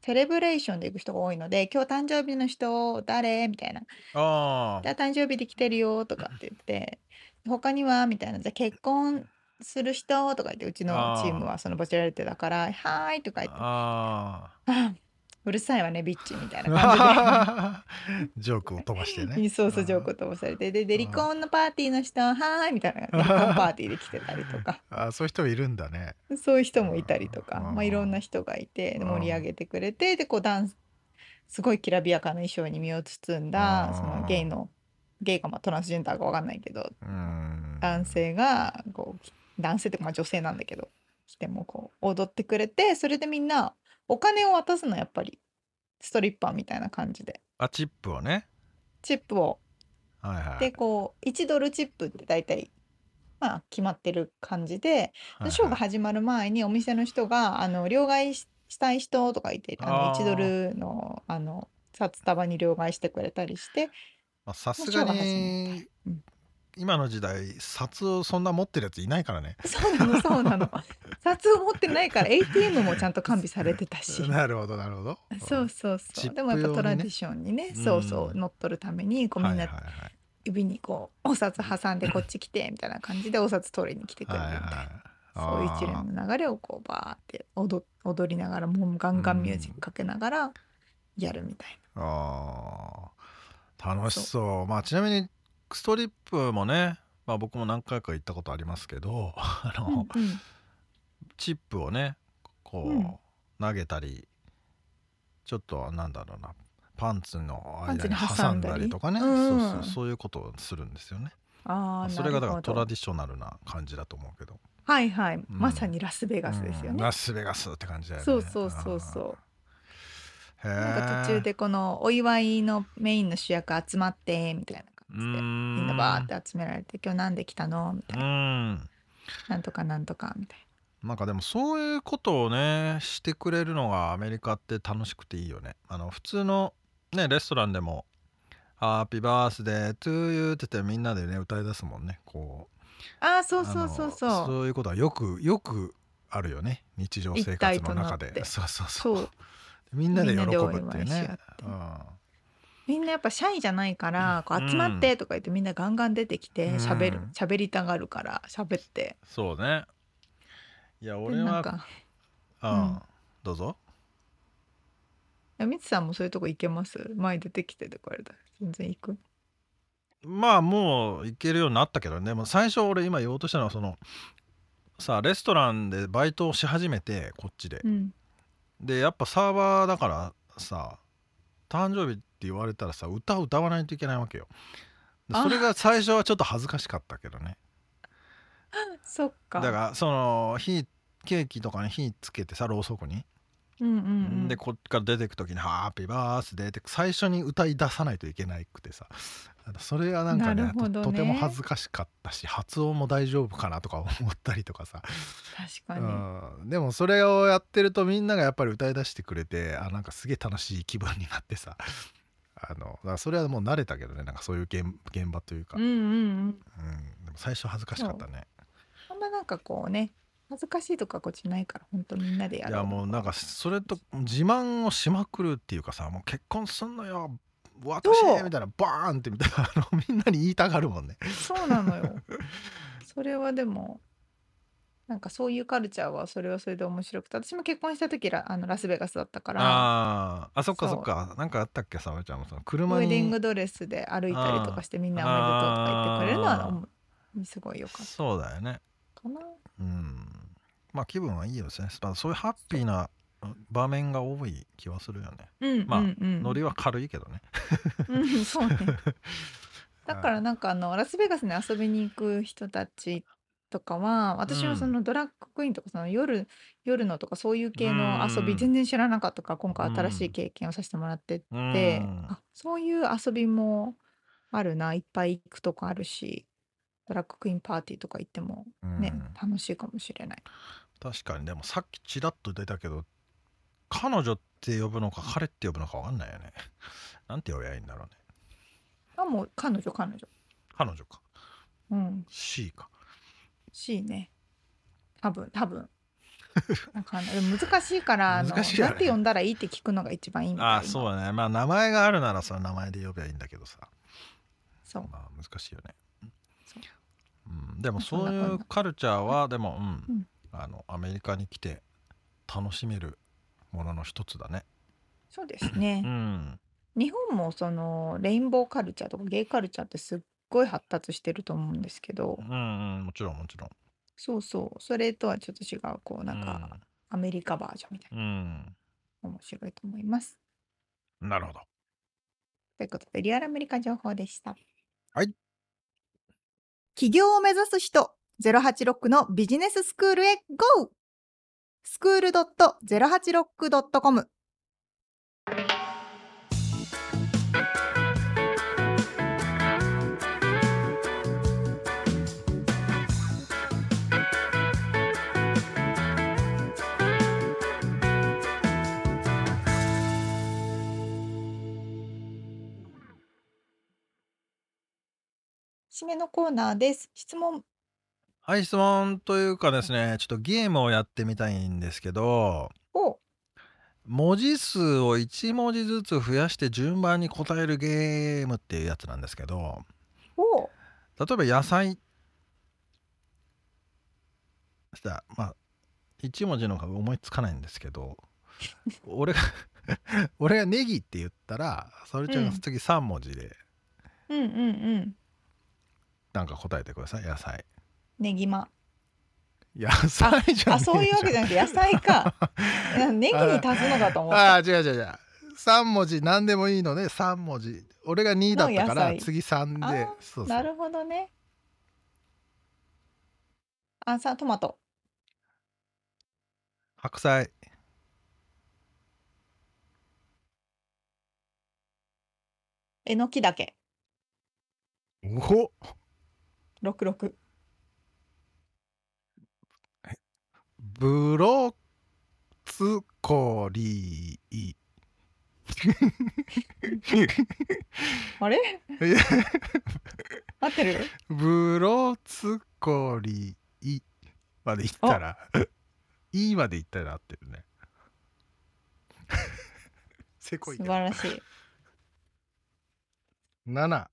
Speaker 1: セレブレーションで行く人が多いので、今日誕生日の人誰みたいな。じゃあ誕生日で来てるよとかって言って、他にはみたいな。じゃあ結婚する人とか言って、うちのチームはそのバチェラレッテだから、はーいとか言って、うるさいわねビッチみたいな感
Speaker 3: じでジョークを飛ばしてね。
Speaker 1: そうそう、ジョークを飛ばされて、で離婚のパーティーの人はーいみたいな、離婚パーティーで来てたりとか
Speaker 3: そういう人いるんだね。
Speaker 1: そういう人もいたりとか、いろんな人がいて盛り上げてくれて、でこうすごいきらびやかな衣装に身を包んだそのゲイかトランスジェンダーか分かんないけど、男性がこう男性っていうか女性なんだけど来てもこう踊ってくれて、それでみんなお金を渡すの、やっぱりストリッパーみたいな感じで
Speaker 3: チップをね。
Speaker 1: チップを、でこう1ドルチップって大体決まってる感じで、ショーが始まる前にお店の人が両替したい人とか言って1ドルの札束に両替してくれたりして、
Speaker 3: さすがに今の時代札をそんな持ってるやついないからね。
Speaker 1: そうなの札を持ってないから ATM もちゃんと完備されてたし
Speaker 3: なるほど
Speaker 1: そうでもやっぱトラディションにね、そう乗っ取るためにこうみんな指にこうお札挟んでこっち来てみたいな感じでお札取りに来てくれるみたいな、そういう一連の流れをこうバーって踊りながら、もうガンガンミュージックかけながらやるみたいな。
Speaker 3: 楽しそう。ちなみにストリップもね、僕も何回か行ったことありますけどチップをねこう投げたり、ちょっとなんだろうな、パンツの間に挟んだりとかね、そういうことをするんですよね。それがだからトラディショナルな感じだと思うけど、
Speaker 1: まさにラスベガスですよね。
Speaker 3: ラスベガスって感じだよね。
Speaker 1: なんか途中でこのお祝いのメインの主役集まってみたいな感じでみんなバーって集められて、今日なんで来たのみたいな、なんとかなんとかみたいな。
Speaker 3: なんかでもそういうことをねしてくれるのがアメリカって楽しくていいよね。普通のねレストランでもハッピーバースデートゥーユーって言ってみんなでね歌い出すもんね。こうそういうことはよくあるよね、日常生活の中で。そうみんなで喜ぶっていうね。
Speaker 1: みんなやっぱシャイじゃないからこう集まってとか言ってみんなガンガン出てきて喋りたがるから喋って。
Speaker 3: そうね。いや俺はどうぞ。
Speaker 1: みつさんもそういうとこ行けます？前出てきてとか言われたら全然行く？
Speaker 3: もう行けるようになったけどね。もう最初俺今言おうとしたのはそのさ、レストランでバイトをし始めてこっちで、でやっぱサーバーだからさ、誕生日って言われたらさ歌を歌わないといけないわけよ。それが最初はちょっと恥ずかしかったけどね。
Speaker 1: そっか。
Speaker 3: だからそのケーキとかに火つけてさ、ろうそくに、でこっから出てく時に「ハッピーバースデー」って最初に歌い出さないといけなくてさ、それがなんかねとても恥ずかしかったし、発音も大丈夫かなとか思ったりとかさ。
Speaker 1: 確か
Speaker 3: に、でもそれをやってるとみんながやっぱり歌い出してくれて、なんかすげえ楽しい気分になってさ、だからそれはもう慣れたけどね、なんかそういう現場というか、でも最初恥ずかしかったね。
Speaker 1: そんななんかこうね恥ずかしいとかこっちないから本当みんなでやる。
Speaker 3: いやもうなんかそれと自慢をしまくるっていうかさ、もう結婚すんのよ私みたいなバーンってみたいなみんなに言いたがるもんね。
Speaker 1: そうなのよそれはでもなんかそういうカルチャーはそれはそれで面白くて、私も結婚した時ラスベガスだったから。
Speaker 3: そっかなんかあったっけ、さわちゃんもその車に
Speaker 1: ウェディングドレスで歩いたりとかしてみんなおめでとうとか言ってくれるのはすごいよかった。
Speaker 3: そうだよね。
Speaker 1: かな。
Speaker 3: 気分はいいよね。そういうハッピーな場面が多い気はするよね。ノリは軽いけどね。
Speaker 1: そうね。だからなんかラスベガスに遊びに行く人たちとかは、私はそのドラッグクイーンとかその夜のとかそういう系の遊び全然知らなかったから、今回新しい経験をさせてもらってて、そういう遊びもあるな、いっぱい行くとこあるし、ドラッグクイーンパーティーとか行ってもね、楽しいかもしれない。
Speaker 3: 確かに。でもさっきちらっと出たけど、彼女って呼ぶのか彼って呼ぶのか分かんないよね。なんて呼べばいいんだろうね。
Speaker 1: もう彼女か。
Speaker 3: C か。
Speaker 1: C ね。多分なんかでも難しいから
Speaker 3: 難しいよね
Speaker 1: なんて呼んだらいいって聞くのが一番いいみたいな。
Speaker 3: あ、そうだね。まあ名前があるならその名前で呼べばいいんだけどさ。
Speaker 1: そう。
Speaker 3: まあ難しいよね。
Speaker 1: そう、
Speaker 3: うん、でもそういうカルチャーはでも、アメリカに来て楽しめるものの一つだね。
Speaker 1: そうですね。
Speaker 3: うん。
Speaker 1: 日本もそのレインボーカルチャーとかゲイカルチャーってすっごい発達してると思うんですけど、
Speaker 3: もちろんもちろん。
Speaker 1: そうそう、それとはちょっと違う、こうなんかアメリカバージョンみたいな、面白いと思います。
Speaker 3: なるほど。
Speaker 1: ということで、リアルアメリカ情報でした。
Speaker 3: はい。
Speaker 1: 起業を目指す人、086のビジネススクールへ GO! スクール .086.com。締めのコーナーです。質問。
Speaker 3: はい、質問というかですね、ちょっとゲームをやってみたいんですけど、文字数を1文字ずつ増やして順番に答えるゲームっていうやつなんですけど、例えば野菜したら、まあ1文字の方が思いつかないんですけど、俺がネギって言ったら、それちゃんが次3文字でなんか答えてください。野菜。
Speaker 1: ネギマ。
Speaker 3: 野菜じゃん。
Speaker 1: そういうわけじゃなくて野菜か。ネギに足すのかと思った。
Speaker 3: 違う。3文字何でもいいので3文字。俺が2だったから次3で。そうそう。
Speaker 1: なるほどね。トマト。
Speaker 3: 白菜。
Speaker 1: えのきだけ。
Speaker 3: お
Speaker 1: 66。
Speaker 3: ブロツコリー。
Speaker 1: あれ合ってる？
Speaker 3: ブロツコリーまでいったらいいまでいったら合ってるね。せこいけど。
Speaker 1: 素晴らしい。
Speaker 3: 7。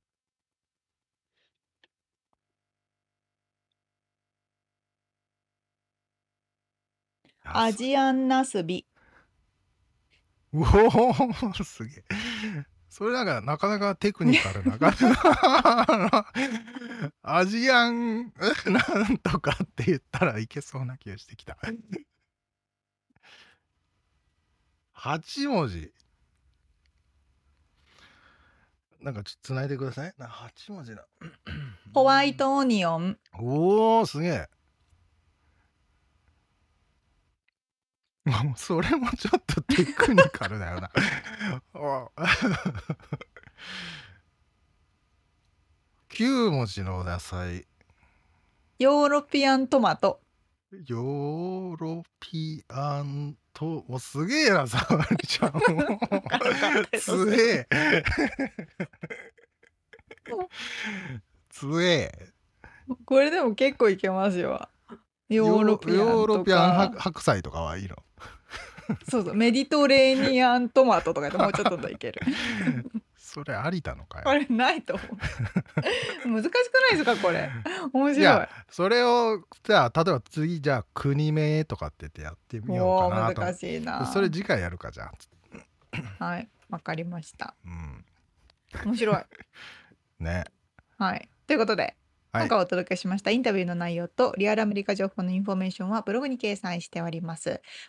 Speaker 1: アジアンナスビ。
Speaker 3: おお、すげえ。それなかなかテクニカルなアジアンなんとかって言ったらいけそうな気がしてきた。8文字。なんかちょっとつないでください。8文字だ。
Speaker 1: ホワイトオニオン。
Speaker 3: おお、すげえ。それもちょっとテクニカルだよな。9文字の野菜。
Speaker 1: ヨーロピアントマト。
Speaker 3: ヨーロピアント、もうすげえな、さわりちゃん。すげえ。つえ。
Speaker 1: これでも結構いけますよ。ヨーロピ
Speaker 3: アン白菜とかはいいの？
Speaker 1: そうメディトレーニアントマトとかでもうちょっといける。
Speaker 3: それありなのかよ。
Speaker 1: これないと思う。難しくないですかこれ。面白い。い
Speaker 3: やそれをじゃあ例えば次じゃあ国名とかって言ってやってみようかなと。
Speaker 1: 難しいな。
Speaker 3: それ次回やるかじゃ
Speaker 1: あ。はい、わかりました。
Speaker 3: うん
Speaker 1: 面白い。
Speaker 3: ね。
Speaker 1: はい。ということで。今回お届けしましたインタビューの内容とリアルアメリカ情報のインフォメーションはブログに掲載しております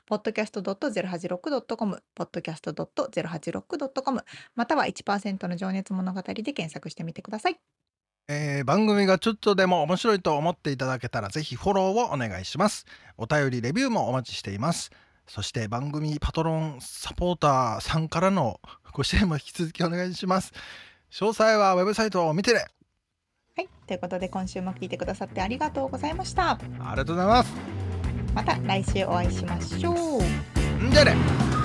Speaker 1: 。podcast.086.com、podcast.086.com、または 1% の情熱物語で検索してみてください。
Speaker 3: 番組がちょっとでも面白いと思っていただけたらぜひフォローをお願いします。お便りレビューもお待ちしています。そして番組パトロンサポーターさんからのご支援も引き続きお願いします。詳細はウェブサイトを見てね。
Speaker 1: はい、ということで今週も聞いてくださってありがとうございました。
Speaker 3: ありがとうございます。
Speaker 1: また来週お会いしましょう。
Speaker 3: じゃあね。